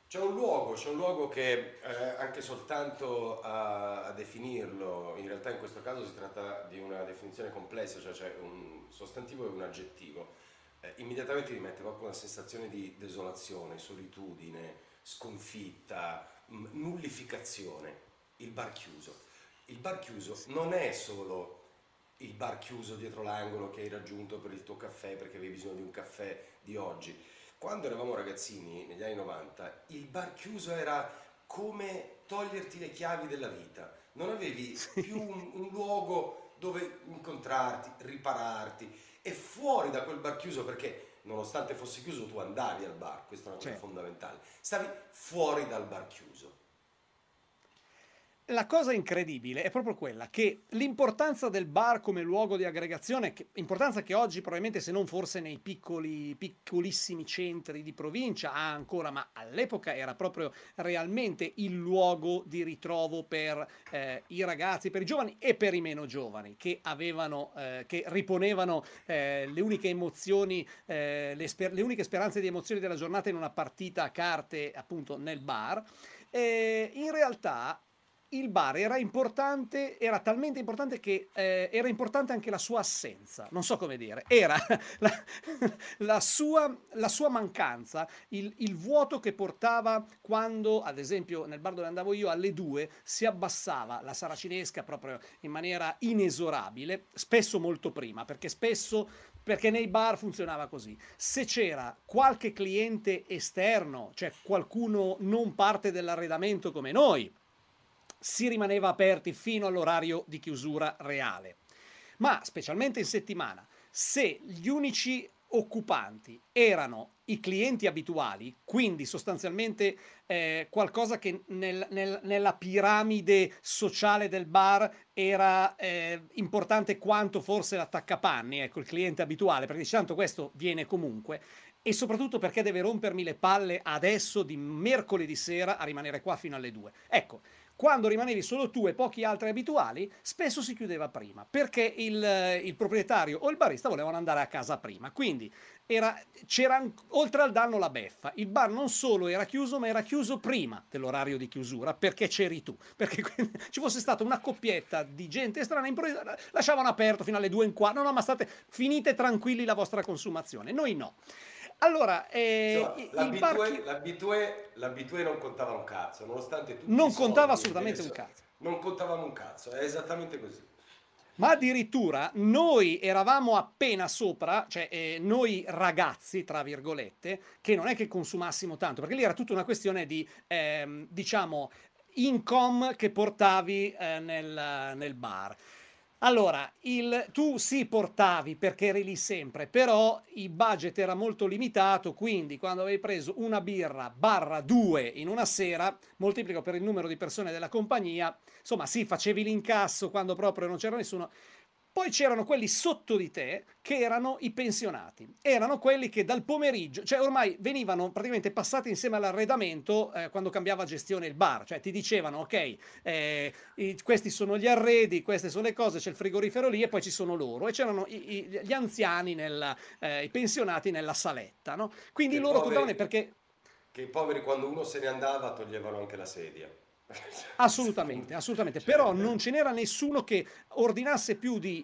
C'è un luogo che anche soltanto a definirlo, in realtà in questo caso si tratta di una definizione complessa, cioè c'è un sostantivo e un aggettivo, immediatamente ti mette proprio una sensazione di desolazione, solitudine, sconfitta, nullificazione. Il bar chiuso. Il bar chiuso non è solo il bar chiuso dietro l'angolo che hai raggiunto per il tuo caffè perché avevi bisogno di un caffè di oggi. Quando eravamo ragazzini, negli anni 90, il bar chiuso era come toglierti le chiavi della vita. Non avevi più un luogo dove incontrarti, ripararti e fuori da quel bar chiuso, perché nonostante fosse chiuso tu andavi al bar, questa è una cosa Certo. fondamentale. Stavi fuori dal bar chiuso. La cosa incredibile è proprio quella che l'importanza del bar come luogo di aggregazione, importanza che oggi probabilmente se non forse nei piccolissimi centri di provincia ha ancora, ma all'epoca era proprio realmente il luogo di ritrovo per i ragazzi, per i giovani e per i meno giovani che avevano, che riponevano le uniche emozioni, le uniche speranze di emozioni della giornata in una partita a carte appunto nel bar. In realtà il bar era importante, era talmente importante che era importante anche la sua assenza, non so come dire, era la, la sua mancanza, il vuoto che portava quando, ad esempio, nel bar dove andavo io alle 2 si abbassava la saracinesca proprio in maniera inesorabile, spesso molto prima, perché nei bar funzionava così. Se c'era qualche cliente esterno, cioè qualcuno non parte dell'arredamento come noi, si rimaneva aperti fino all'orario di chiusura reale. Ma specialmente in settimana, se gli unici occupanti erano i clienti abituali, quindi sostanzialmente qualcosa che nella piramide sociale del bar era importante quanto forse l'attaccapanni, ecco, il cliente abituale, perché tanto questo viene comunque, e soprattutto perché deve rompermi le palle adesso di mercoledì sera a rimanere qua fino alle 2. Ecco, quando rimanevi solo tu e pochi altri abituali, spesso si chiudeva prima, perché il proprietario o il barista volevano andare a casa prima. Quindi c'era oltre al danno la beffa. Il bar non solo era chiuso, ma era chiuso prima dell'orario di chiusura, perché c'eri tu. Perché ci fosse stata una coppietta di gente strana, improvvisa, lasciavano aperto fino alle 2 e un quarto. No, no, ma state, finite tranquilli la vostra consumazione. Noi no. Allora, Insomma, il bar l'abitué non contava un cazzo, nonostante tutti i non contava soldi, assolutamente un cazzo. non contavano un cazzo, è esattamente così. Ma addirittura noi eravamo appena sopra, cioè noi ragazzi, tra virgolette, che non è che consumassimo tanto, perché lì era tutta una questione di, diciamo, income che portavi nel bar. Allora, tu sì portavi perché eri lì sempre, però il budget era molto limitato, quindi quando avevi preso una birra barra due in una sera, moltiplico per il numero di persone della compagnia, insomma sì, facevi l'incasso quando proprio non c'era nessuno. Poi c'erano quelli sotto di te che erano i pensionati, erano quelli che dal pomeriggio, cioè ormai venivano praticamente passati insieme all'arredamento quando cambiava gestione il bar, cioè ti dicevano ok, questi sono gli arredi, queste sono le cose, c'è il frigorifero lì e poi ci sono loro e c'erano gli anziani, i pensionati nella saletta, no? Quindi Che loro contavano poveri, perché che poveri quando uno se ne andava toglievano anche la sedia. assolutamente, assolutamente, però Cioè, non ce n'era nessuno che ordinasse più di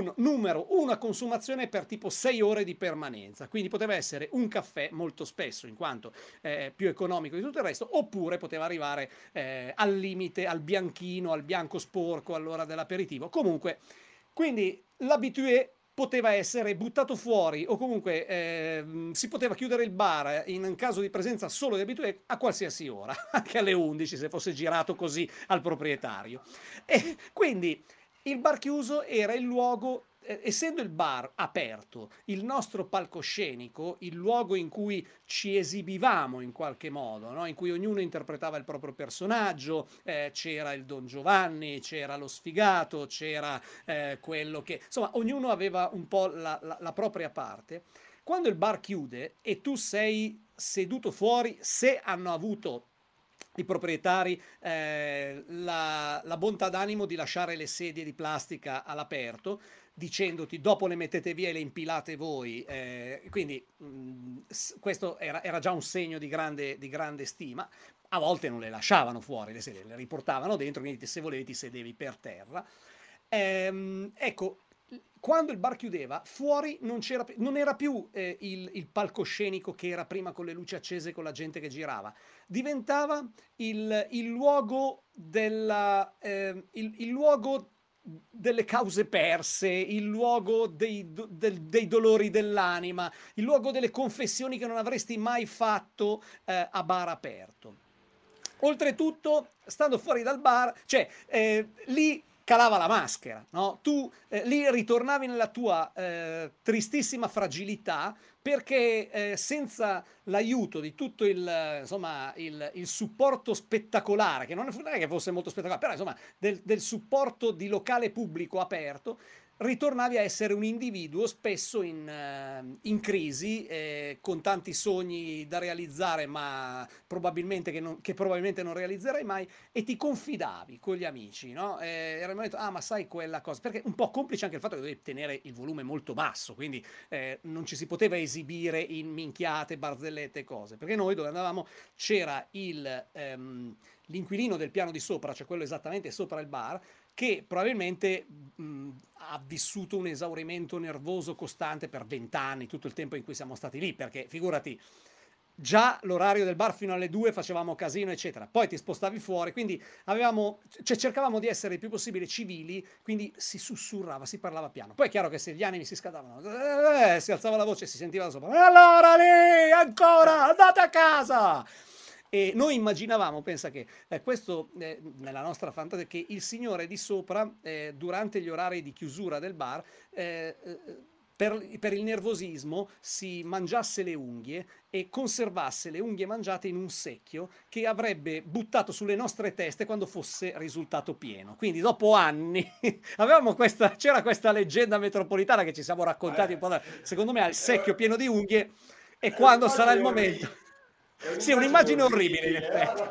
una consumazione per tipo 6 ore di permanenza, quindi poteva essere un caffè molto spesso, in quanto più economico di tutto il resto, oppure poteva arrivare al limite, al bianchino, al bianco sporco all'ora dell'aperitivo. Comunque, quindi l'abitué poteva essere buttato fuori o comunque si poteva chiudere il bar in caso di presenza solo di abitué a qualsiasi ora, anche alle 11 se fosse girato così al proprietario. E quindi il bar chiuso era il luogo, essendo il bar aperto, il nostro palcoscenico, il luogo in cui ci esibivamo in qualche modo, no? In cui ognuno interpretava il proprio personaggio, c'era il Don Giovanni, c'era lo sfigato, c'era quello che... Insomma, ognuno aveva un po' la propria parte. Quando il bar chiude e tu sei seduto fuori, se hanno avuto i proprietari la bontà d'animo di lasciare le sedie di plastica all'aperto, dicendoti dopo le mettete via e le impilate voi, quindi questo era già un segno di grande stima. A volte non le lasciavano fuori le sedie, le riportavano dentro, quindi se volevi ti sedevi per terra. Ecco, quando il bar chiudeva, fuori non era più il palcoscenico che era prima con le luci accese con la gente che girava, diventava il luogo il luogo delle cause perse, il luogo dei dolori dell'anima, il luogo delle confessioni che non avresti mai fatto a bar aperto. Oltretutto, stando fuori dal bar, cioè lì calava la maschera, no? Tu lì ritornavi nella tua tristissima fragilità perché senza l'aiuto di tutto insomma, il supporto spettacolare, che non è che fosse molto spettacolare, però insomma del supporto di locale pubblico aperto, ritornavi a essere un individuo spesso in crisi, con tanti sogni da realizzare, ma probabilmente che probabilmente non realizzerai mai, e ti confidavi con gli amici, no? Era il momento, ah, ma sai quella cosa, perché un po' complice anche il fatto che dovevi tenere il volume molto basso, quindi non ci si poteva esibire in minchiate, barzellette e cose, perché noi dove andavamo c'era l'inquilino del piano di sopra, cioè quello esattamente sopra il bar, che probabilmente ha vissuto un esaurimento nervoso costante per 20 anni, tutto il tempo in cui siamo stati lì, perché figurati, già l'orario del bar fino alle 2 facevamo casino, eccetera. Poi ti spostavi fuori, quindi cercavamo di essere il più possibile civili, quindi si sussurrava, si parlava piano. Poi è chiaro che se gli animi si scaldavano, si alzava la voce e si sentiva da sopra. Allora lì, ancora, andate a casa! E noi immaginavamo, pensa che questo nella nostra fantasia, che il signore di sopra, durante gli orari di chiusura del bar, per il nervosismo si mangiasse le unghie e conservasse le unghie mangiate in un secchio che avrebbe buttato sulle nostre teste quando fosse risultato pieno. Quindi dopo anni c'era questa leggenda metropolitana che ci siamo raccontati un po', secondo me, al secchio pieno di unghie, e quando sarà il momento... Sì, un'immagine orribile in effetti.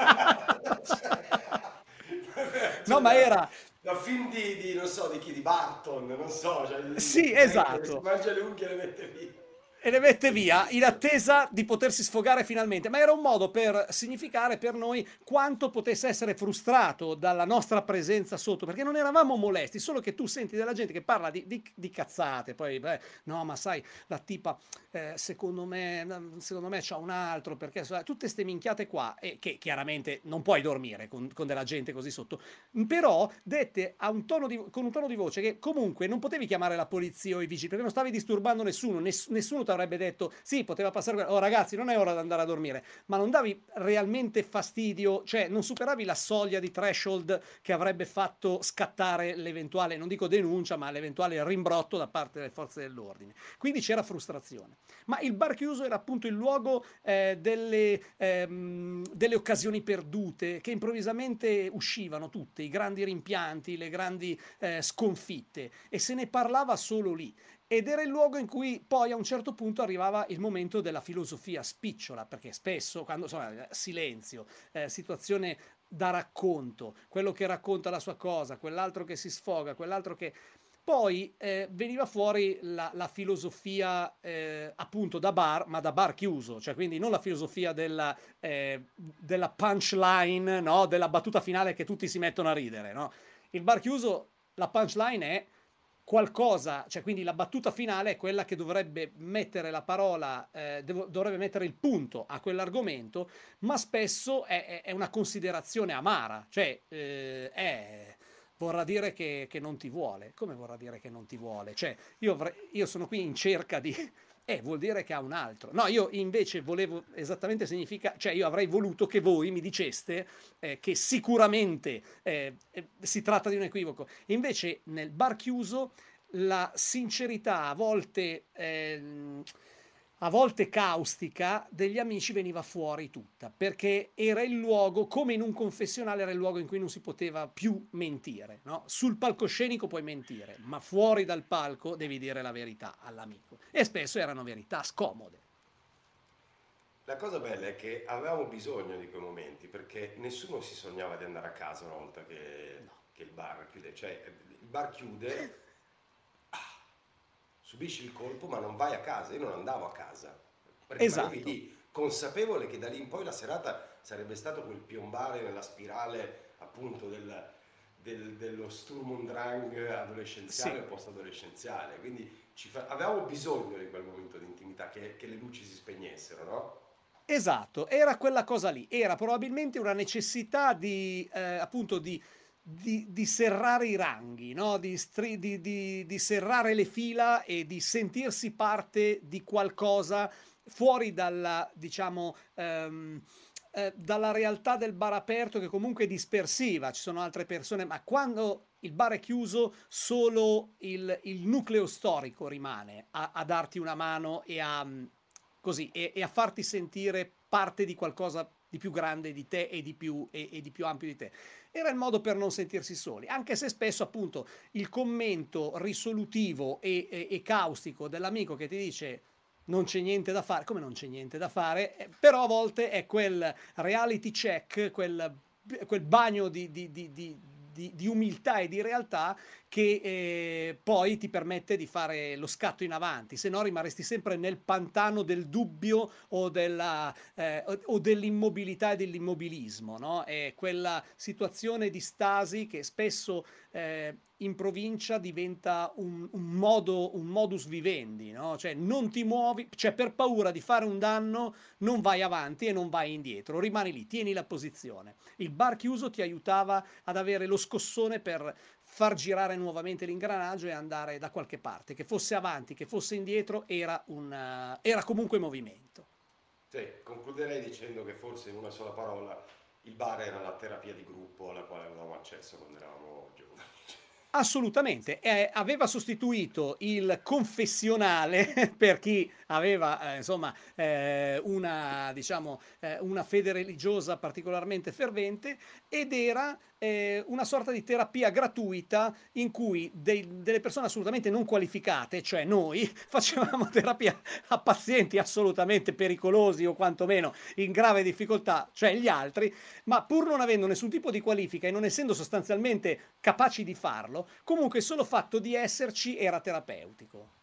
No, ma era... Da film non so, di chi, di Barton, non so, cioè il Sì, vecchio che si esatto. mangia le unghie e le mette via. E le mette via in attesa di potersi sfogare finalmente, ma era un modo per significare per noi quanto potesse essere frustrato dalla nostra presenza sotto, perché non eravamo molesti, solo che tu senti della gente che parla di cazzate, poi no, ma sai, la tipa secondo me c'ha un altro, perché tutte ste minchiate qua, e che chiaramente non puoi dormire con della gente così sotto, però dette con un tono di voce che comunque non potevi chiamare la polizia o i vigili, perché non stavi disturbando nessuno, nessuno ti avrebbe detto sì, poteva passare, oh ragazzi, non è ora di andare a dormire, ma non davi realmente fastidio, cioè non superavi la soglia di threshold che avrebbe fatto scattare l'eventuale, non dico denuncia, ma l'eventuale rimbrotto da parte delle forze dell'ordine. Quindi c'era frustrazione. Ma il bar chiuso era appunto il luogo delle occasioni perdute che improvvisamente uscivano tutte, i grandi rimpianti, le grandi sconfitte, e se ne parlava solo lì. Ed era il luogo in cui poi a un certo punto arrivava il momento della filosofia spicciola, perché spesso, quando insomma, silenzio, situazione da racconto, quello che racconta la sua cosa, quell'altro che si sfoga, quell'altro che... Poi veniva fuori la filosofia appunto da bar, ma da bar chiuso, cioè quindi non la filosofia della punchline, no? Della battuta finale che tutti si mettono a ridere, no? Il bar chiuso, la punchline è qualcosa, cioè quindi la battuta finale è quella che dovrebbe mettere la parola, dovrebbe mettere il punto a quell'argomento, ma spesso è una considerazione amara, cioè vorrà dire che non ti vuole. Come vorrà dire che non ti vuole? Cioè io sono qui in cerca di... vuol dire che ha un altro. No, io invece volevo esattamente significa, cioè io avrei voluto che voi mi diceste che sicuramente si tratta di un equivoco. Invece nel bar chiuso la sincerità a volte caustica degli amici veniva fuori tutta, perché era il luogo, come in un confessionale, era il luogo in cui non si poteva più mentire, no? Sul palcoscenico puoi mentire, ma fuori dal palco devi dire la verità all'amico. E spesso erano verità scomode. La cosa bella è che avevamo bisogno di quei momenti perché nessuno si sognava di andare a casa una volta che il bar chiude. Cioè, il bar chiude subisci il colpo ma non vai a casa, io non andavo a casa, rimanevi Esatto. lì, consapevole che da lì in poi la serata sarebbe stato quel piombare nella spirale appunto dello Sturm und Drang adolescenziale Sì. o post-adolescenziale, quindi avevamo bisogno di quel momento di intimità, che le luci si spegnessero, no? Esatto, era quella cosa lì, era probabilmente una necessità di, appunto, di serrare i ranghi, no? Di serrare le fila e di sentirsi parte di qualcosa fuori dalla, diciamo, dalla realtà del bar aperto che comunque è dispersiva, ci sono altre persone, ma quando il bar è chiuso solo il nucleo storico rimane a darti una mano e a, così, e a farti sentire parte di qualcosa di più grande di te e di più ampio di te. Era il modo per non sentirsi soli, anche se spesso appunto il commento risolutivo e caustico dell'amico che ti dice non c'è niente da fare, come non c'è niente da fare, però a volte è quel reality check, quel bagno di umiltà e di realtà che poi ti permette di fare lo scatto in avanti, se no rimarresti sempre nel pantano del dubbio o dell'immobilità e dell'immobilismo, no? È quella situazione di stasi che spesso in provincia diventa un modus vivendi, no? Cioè non ti muovi, cioè per paura di fare un danno non vai avanti e non vai indietro, rimani lì, tieni la posizione. Il bar chiuso ti aiutava ad avere lo scossone per far girare nuovamente l'ingranaggio e andare da qualche parte, che fosse avanti, che fosse indietro, era comunque movimento. Sì, concluderei dicendo che forse in una sola parola il bar era la terapia di gruppo alla quale avevamo accesso quando eravamo giovani. Assolutamente, aveva sostituito il confessionale per chi aveva insomma una, diciamo, una fede religiosa particolarmente fervente ed era una sorta di terapia gratuita in cui delle persone assolutamente non qualificate, cioè noi, facevamo terapia a pazienti assolutamente pericolosi o quantomeno in grave difficoltà, cioè gli altri, ma pur non avendo nessun tipo di qualifica e non essendo sostanzialmente capaci di farlo, comunque il solo fatto di esserci era terapeutico.